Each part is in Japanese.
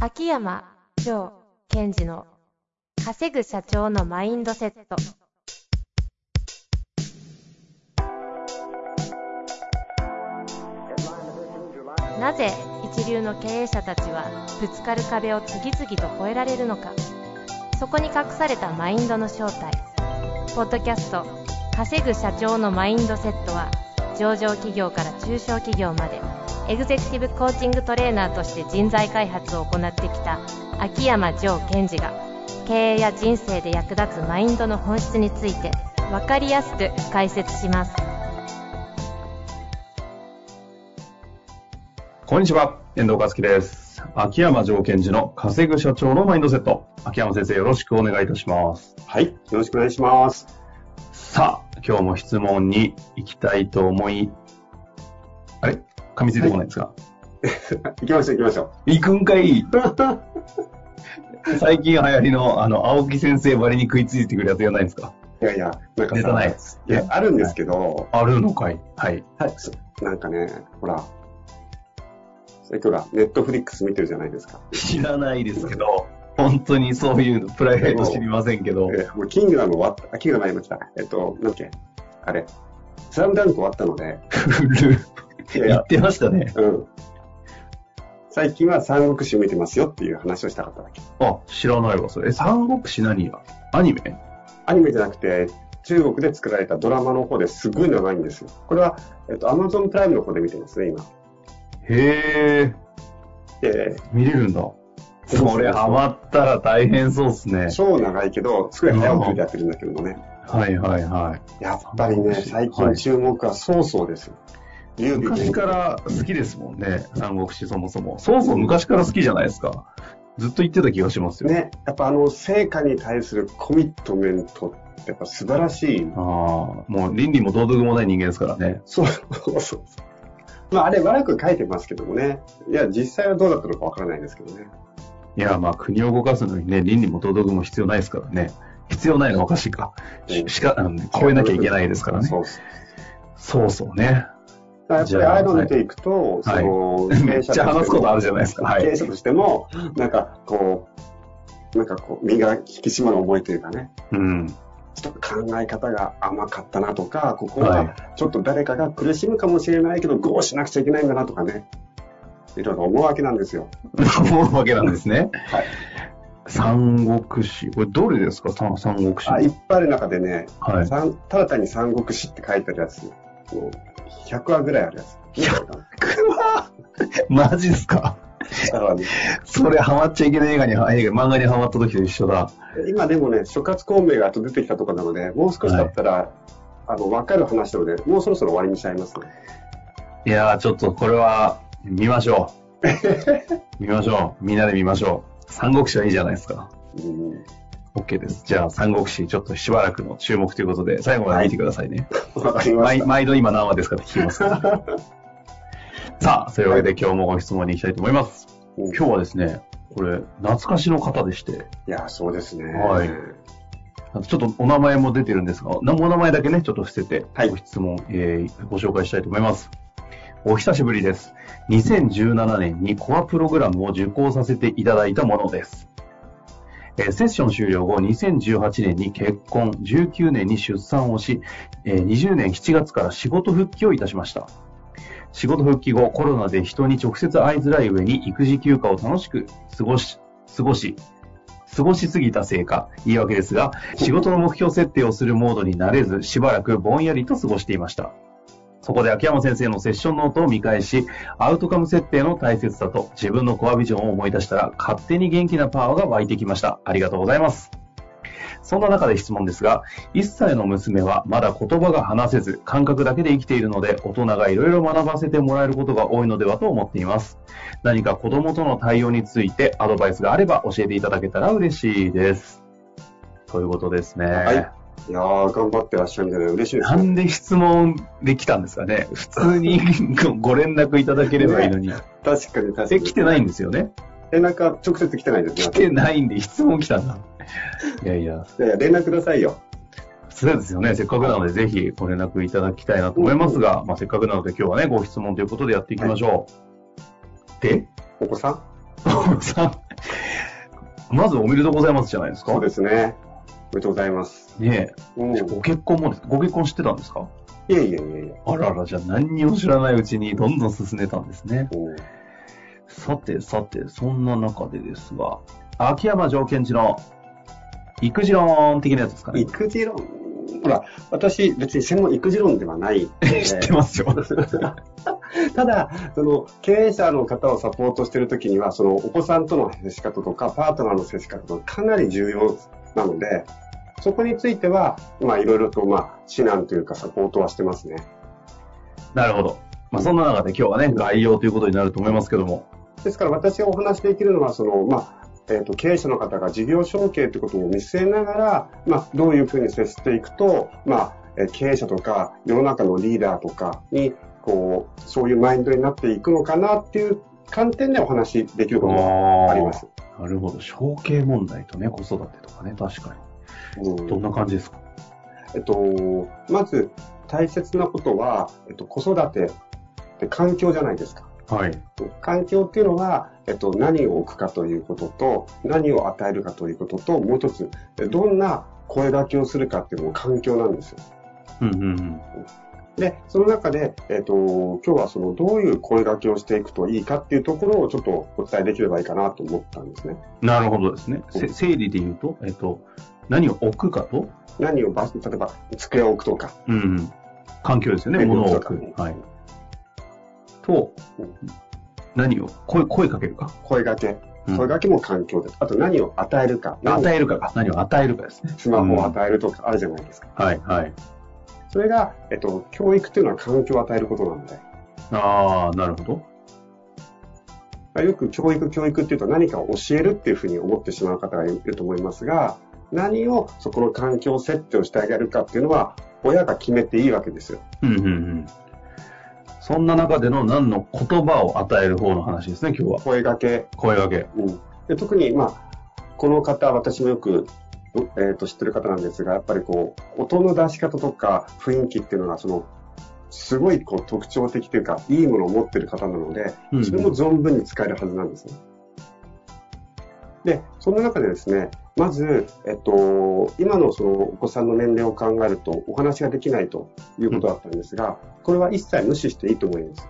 秋山城賢治の稼ぐ社長のマインドセット。なぜ一流の経営者たちはぶつかる壁を次々と越えられるのか。そこに隠されたマインドの正体。ポッドキャスト稼ぐ社長のマインドセットは、上場企業から中小企業までエグゼクティブコーチングトレーナーとして人材開発を行ってきた秋山城賢治が、経営や人生で役立つマインドの本質について分かりやすく解説します。 こんにちは、遠藤和樹です。秋山城賢治の稼ぐ社長のマインドセット。秋山先生、よろしくお願いいたします。 はい、よろしくお願いします。 さあ、今日も質問に行きたいと思い、あれ噛みついてこないですか？ 行きましょう行きましょう。 行くんかい。最近流行りの青木先生ばりに食いついてくるやつやないんですか？ いやいや、なんかネタない。 いや、あるんですけど。 あるのかい。はい。 はい。なんかね、ほら、ネットフリックス見てるじゃないですか。 知らないですけど、本当にそういうのプライベート知りませんけど。 もうキングダム終わった、キングダムありました。なんだっけ、あれ、スラムダンク終わったので。 言ってましたね。 うん。最近は三国志見てますよっていう話をしたかっただけ。 あ、知らないわ、それ。三国志何や？アニメ？ アニメじゃなくて、中国で作られたドラマの方ですごい長いんですよ。これは、Amazon プライムの方で見てますね、今。 へー。見れるんだ。それハマったら大変そうですね。 超長いけど、すごい早送りでやってるんだけどもね。 はいはいはい。 やっぱりね、最近注目は曹操ですよ。 昔から好きですもんね、三国志そもそも。曹操昔から好きじゃないですか。ずっと言ってた気がしますよ。 ね、やっぱ成果に対するコミットメントってやっぱ素晴らしい。 もう倫理も道徳もない人間ですからね。 そう。まああれ悪く書いてますけどもね。いや、実際はどうだったのかわからないんですけどね。 いや、まあ国を動かすのにね、倫理も道徳も必要ないですからね。必要ないのはおかしいか。超えなきゃいけないですからね。そうね。 やっぱりああいうのを見ていくと、 めっちゃ話すことあるじゃないですか。 経営者としても、なんかこう、身が引き締まる思いというかね。 うん。 ちょっと考え方が甘かったなとか、ここはちょっと誰かが苦しむかもしれないけど、こうしなくちゃいけないんだなとかね。いろいろ思うわけなんですよ。 思うわけなんですね。 はい。 三国志。これどれですか？三国志。 いっぱいある中でね、 はい、 ただ単に三国志って書いてあるやつ、100話ぐらいあるやつ。 100話マジですか？ ね、 それハマっちゃいけない漫画にハマった時と一緒だ。 今でもね、諸葛孔明があと出てきたところなので、もう少しだったら、分かる話なので、もうそろそろ終わりにしちゃいますね。 いやー、ちょっとこれは見ましょう。みんなで見ましょう。三国志はいいじゃないですか。OK です。じゃあ三国志ちょっとしばらくの注目ということで、最後まで見てくださいね。 わかりました。 毎度今何話ですかって聞きますから。さあ、そういうわけで今日もご質問に行きたいと思います。今日はですね、これ懐かしの方でして。 いや、そうですね。 はい。ちょっとお名前も出てるんですが、お名前だけね、ちょっと伏せて、ご質問、ご紹介したいと思います。お久しぶりです。2017年にコアプログラムを受講させていただいたものです。セッション終了後、2018年に結婚、19年に出産をし、20年7月から仕事復帰をいたしました。仕事復帰後、コロナで人に直接会いづらい上に育児休暇を楽しく過ごしすぎたせいか、言い訳ですが、仕事の目標設定をするモードになれず、しばらくぼんやりと過ごしていました。そこで秋山先生のセッションノートを見返し、アウトカム設定の大切さと自分のコアビジョンを思い出したら、勝手に元気なパワーが湧いてきました。ありがとうございます。そんな中で質問ですが、1歳の娘はまだ言葉が話せず、感覚だけで生きているので、大人がいろいろ学ばせてもらえることが多いのではと思っています。何か子供との対応についてアドバイスがあれば教えていただけたら嬉しいです。ということですね。 はい。いやー、頑張ってらっしゃるみたいで嬉しいですね。 なんで質問できたんですかね。普通にご連絡いただければいいのに。 確かに。 来てないんですよね。 連絡は直接来てないですね。 来てないんで質問来たんだ。いや、 連絡くださいよ。 そうですよね。せっかくなので、ぜひご連絡いただきたいなと思いますが、せっかくなので今日はね、ご質問ということでやっていきましょう。で、 お子さんまずおめでとうございますじゃないですか。 そうですね。おめでとうございます。 ねえ。ご結婚もですか？ご結婚知ってたんですか？ いえいえいえ。 あらら、じゃあ何にも知らないうちにどんどん進んでたんですね。さて、そんな中でですが、秋山条件地の育児論的なやつですかね。 育児論、ほら、私別に専門育児論ではない。 知ってますよ。 ただ、経営者の方をサポートしているときには、お子さんとの接し方とか、パートナーの接し方とかなり重要なので、そこについては、いろいろと、指南というかサポートはしてますね。 なるほど。そんな中で今日はね、概要ということになると思いますけども。 ですから私がお話しできるのは、経営者の方が事業承継ということを見据えながら、どういうふうに接していくと、経営者とか世の中のリーダーとかに、そういうマインドになっていくのかなっていう観点でお話しできることがあります。 なるほど。承継問題とね、子育てとかね、確かに。どんな感じですか？ まず大切なことは、子育てって環境じゃないですか。 はい。 環境っていうのは、何を置くかということと、何を与えるかということと、もう一つ、どんな声掛けをするかっていうのも環境なんですよ。で、その中で、今日はどういう声掛けをしていくといいかっていうところをちょっとお伝えできればいいかなと思ったんですね。 なるほどですね。整理で言うと、何を置くかと、 何を例えば机を置くとか。 環境ですよね、物を置く。はい。と、何を声かけるか。 声掛け。声掛けも環境です。あと何を与えるか。 何を与えるかですね。 スマホを与えるとかあるじゃないですか。 はいはい。 それが、教育っていうのは環境を与えることなので。 ああ、なるほど。よく教育っていうと何かを教えるっていうふうに思ってしまう方がいると思いますが、何をそこの環境設定をしてあげるかっていうのは親が決めていいわけですよ。 そんな中での何の言葉を与える方の話ですね、今日は。 声掛け。で特に、この方、私もよく、知ってる方なんですが、やっぱり音の出し方とか雰囲気っていうのが、すごい特徴的というか、いいものを持ってる方なので、それも存分に使えるはずなんですね。で、その中でですね、まず、今のお子さんの年齢を考えるとお話ができないということだったんですが、これは一切無視していいと思います。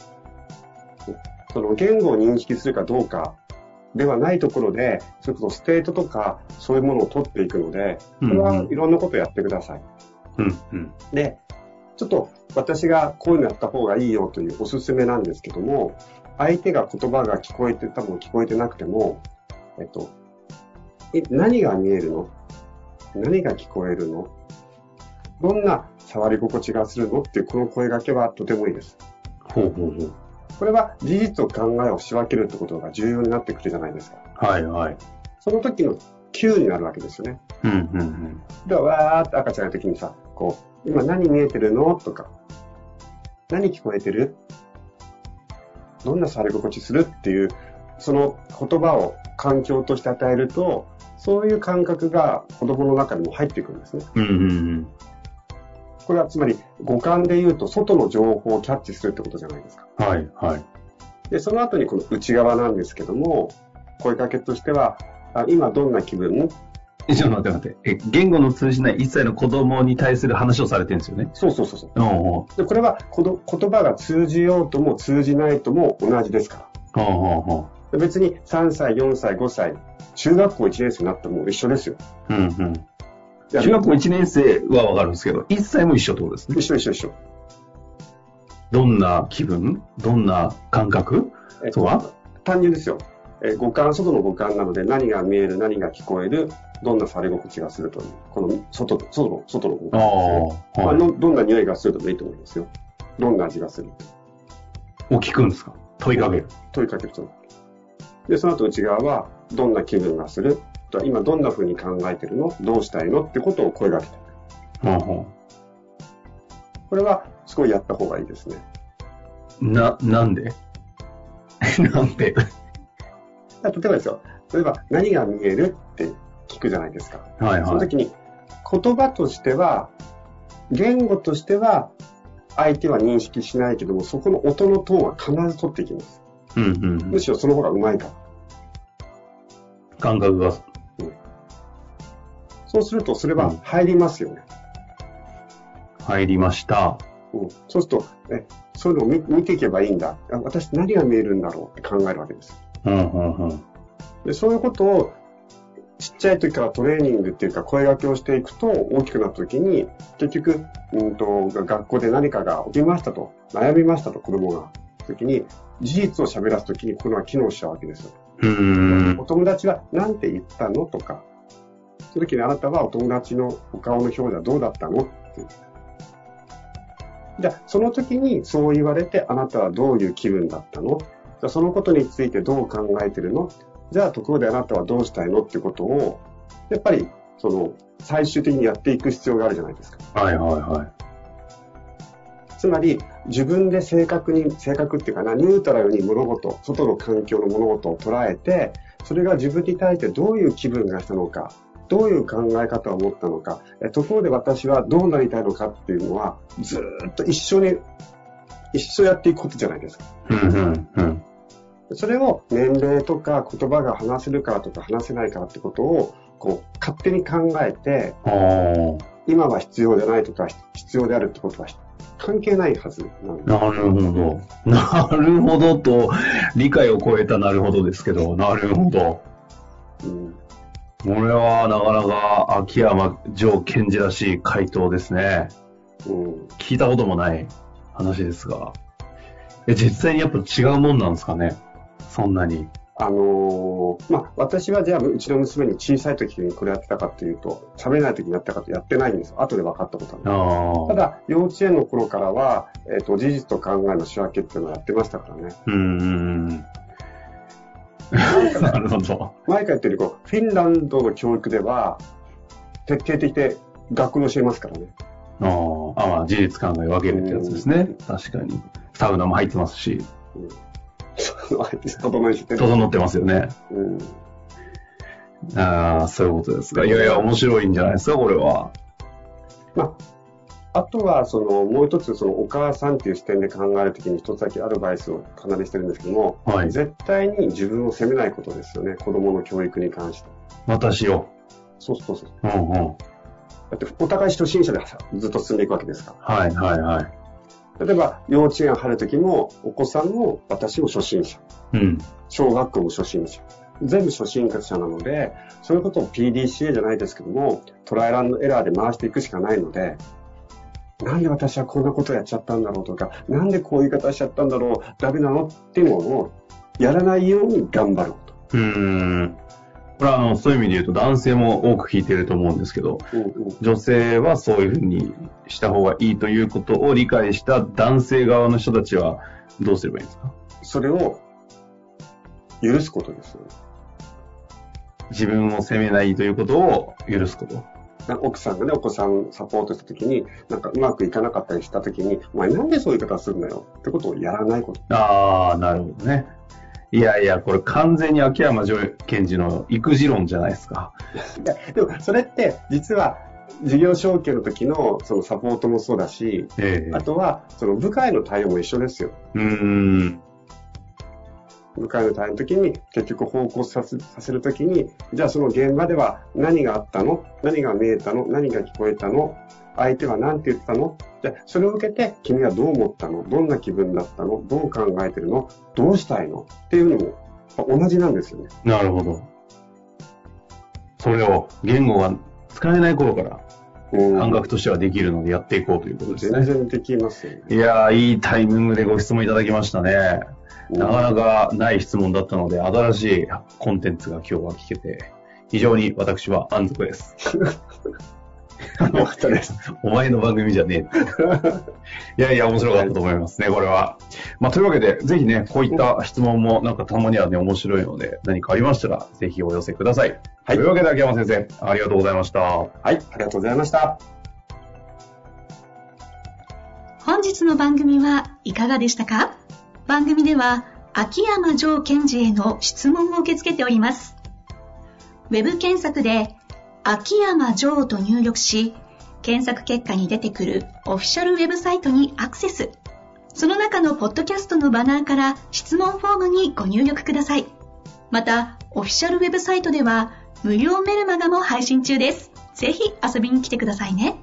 言語を認識するかどうかではないところで、それこそステートとかそういうものを取っていくので、これはいろんなことをやってください。で、ちょっと私がこういうのやった方がいいよというおすすめなんですけども、相手が言葉が多分聞こえてなくても、何が見えるの？何が聞こえるの？どんな触り心地がするのっていうこの声掛けはとてもいいです。これは事実を考えを仕分けるってことが重要になってくるじゃないですか。 はいはい。 その時の Q になるわけですよね。ではわーって赤ちゃんの時にさ、今何見えてるの？とか、何聞こえてる？どんな触り心地する？っていう、その言葉を環境として与えると、そういう感覚が子供の中にも入っていくんですね。これはつまり五感で言うと外の情報をキャッチするってことじゃないですか。 はいはい。 で、その後にこの内側なんですけども、声かけとしては、今どんな気分？ ちょっと待って。言語の通じない1歳の子供に対する話をされてるんですよね。 そう。で、これは言葉が通じようとも通じないとも同じですから。別に3歳、4歳、5歳、中学校1年生になっても一緒ですよ。 中学校1年生はわかるんですけど、1歳も一緒ってことですね。 一緒。 どんな気分？どんな感覚？ 単純ですよ。外の五感なので何が見える、何が聞こえる、どんな触り心地がするという、この外の五感ですね。どんな匂いがするともいいと思いますよ。どんな味がする。 を聞くんですか？問いかけると。で、その後内側は、どんな気分がする？今どんな風に考えてるの？どうしたいの？ってことを声掛けていく。これは、すごいやった方がいいですね。 なんでなんで例えばですよ。例えば、何が見える？って聞くじゃないですか。その時に、言葉としては、言語としては、相手は認識しないけども、そこの音のトーンは必ず取っていきます。むしろその方がうまいから。 感覚が。 そうすると、それは入りますよね。 入りました。 そうすると、そういうのを見ていけばいいんだ。私何が見えるんだろうって考えるわけです。でそういうことをちっちゃい時からトレーニングっていうか声掛けをしていくと大きくなった時に結局、学校で何かが起きましたと、悩みましたと子供が。時に事実を喋らす時にこれは機能しちゃうわけですよ。お友達は何て言ったのとか、その時にあなたはお友達のお顔の表情はどうだったのっていう。じゃあその時にそう言われてあなたはどういう気分だったの？じゃあそのことについてどう考えてるの？じゃあところであなたはどうしたいのっていうことをやっぱり最終的にやっていく必要があるじゃないですか。つまり自分で正確っていうかな、ニュートラルに物事、外の環境の物事を捉えて、それが自分に対してどういう気分がしたのか、どういう考え方を持ったのか、ところで私はどうなりたいのかっていうのはずっと一緒やっていくことじゃないですか。それを年齢とか言葉が話せるからとか話せないからってことを勝手に考えて、今は必要じゃないとか必要であるってことは関係ないはずなんです。 なるほど。なるほどと、理解を超えたなるほどですけど、なるほど。これはなかなか秋山城賢治らしい回答ですね。聞いたこともない話ですが。実際にやっぱ違うもんなんですかね、そんなに。 私はじゃあうちの娘に小さい時にこれやってたかっていうと、喋れない時にやったかとやってないんです。後で分かったことなんです。ただ幼稚園の頃からは、事実と考えの仕分けっていうのをやってましたからね。なるほど。前から言ってるフィンランドの教育では徹底的で学校教えますからね。 事実考え分けるってやつですね。確かに。サウナも入ってますし。整ってますよね。そういうことですが。いやいや、面白いんじゃないですか、これは。 あとは、もう一つ、お母さんっていう視点で考えるときに一つだけアドバイスを必ずしてるんですけども、絶対に自分を責めないことですよね、子供の教育に関して。 私を。 そう。だって、お互い初心者でずっと進んでいくわけですから。例えば、幼稚園入るときも、お子さんも私も初心者。小学校も初心者。全部初心者なので、そういうことを PDCA じゃないですけども、トライアンドエラーで回していくしかないので、なんで私はこんなことやっちゃったんだろうとか、なんでこういう言い方しちゃったんだろう、ダメなのっていうのをやらないように頑張ること。 これはそういう意味で言うと男性も多く聞いてると思うんですけど、女性はそういうふうにした方がいいということを理解した男性側の人たちはどうすればいいんですか？ それを許すことですよね。 自分を責めないということを許すこと。 奥さんがね、お子さんサポートしたときに、うまくいかなかったりしたときに、お前なんでそういう言い方するんだよってことをやらないこと。 なるほどね。いや、これ完全に秋山城賢治の育児論じゃないですか。 でも、それって、実は、事業承継の時のそのサポートもそうだし、あとは、部下への対応も一緒ですよ。部下への対応の時に、結局報告させる時に、じゃあその現場では何があったの？何が見えたの？何が聞こえたの？相手は何て言ったの？じゃあそれを受けて、君はどう思ったの？どんな気分だったの？どう考えてるの？どうしたいの？っていうのも同じなんですよね。 なるほど。それを言語が使えない頃から感覚としてはできるのでやっていこうということですね。 全然できますよね。 いやー、いいタイミングでご質問いただきましたね。なかなかない質問だったので、新しいコンテンツが今日は聞けて、非常に私は満足です。よかったです。お前の番組じゃねえ。いや、面白かったと思いますね、これは。というわけで、ぜひね、こういった質問もたまにはね、面白いので、何かありましたら、ぜひお寄せください。というわけで、秋山先生、ありがとうございました。 はい、ありがとうございました。 本日の番組はいかがでしたか？番組では、秋山城賢治への質問を受け付けております。ウェブ検索で、秋山城と入力し、検索結果に出てくるオフィシャルウェブサイトにアクセス。その中のポッドキャストのバナーから質問フォームにご入力ください。 また、オフィシャルウェブサイトでは無料メルマガも配信中です。ぜひ遊びに来てくださいね。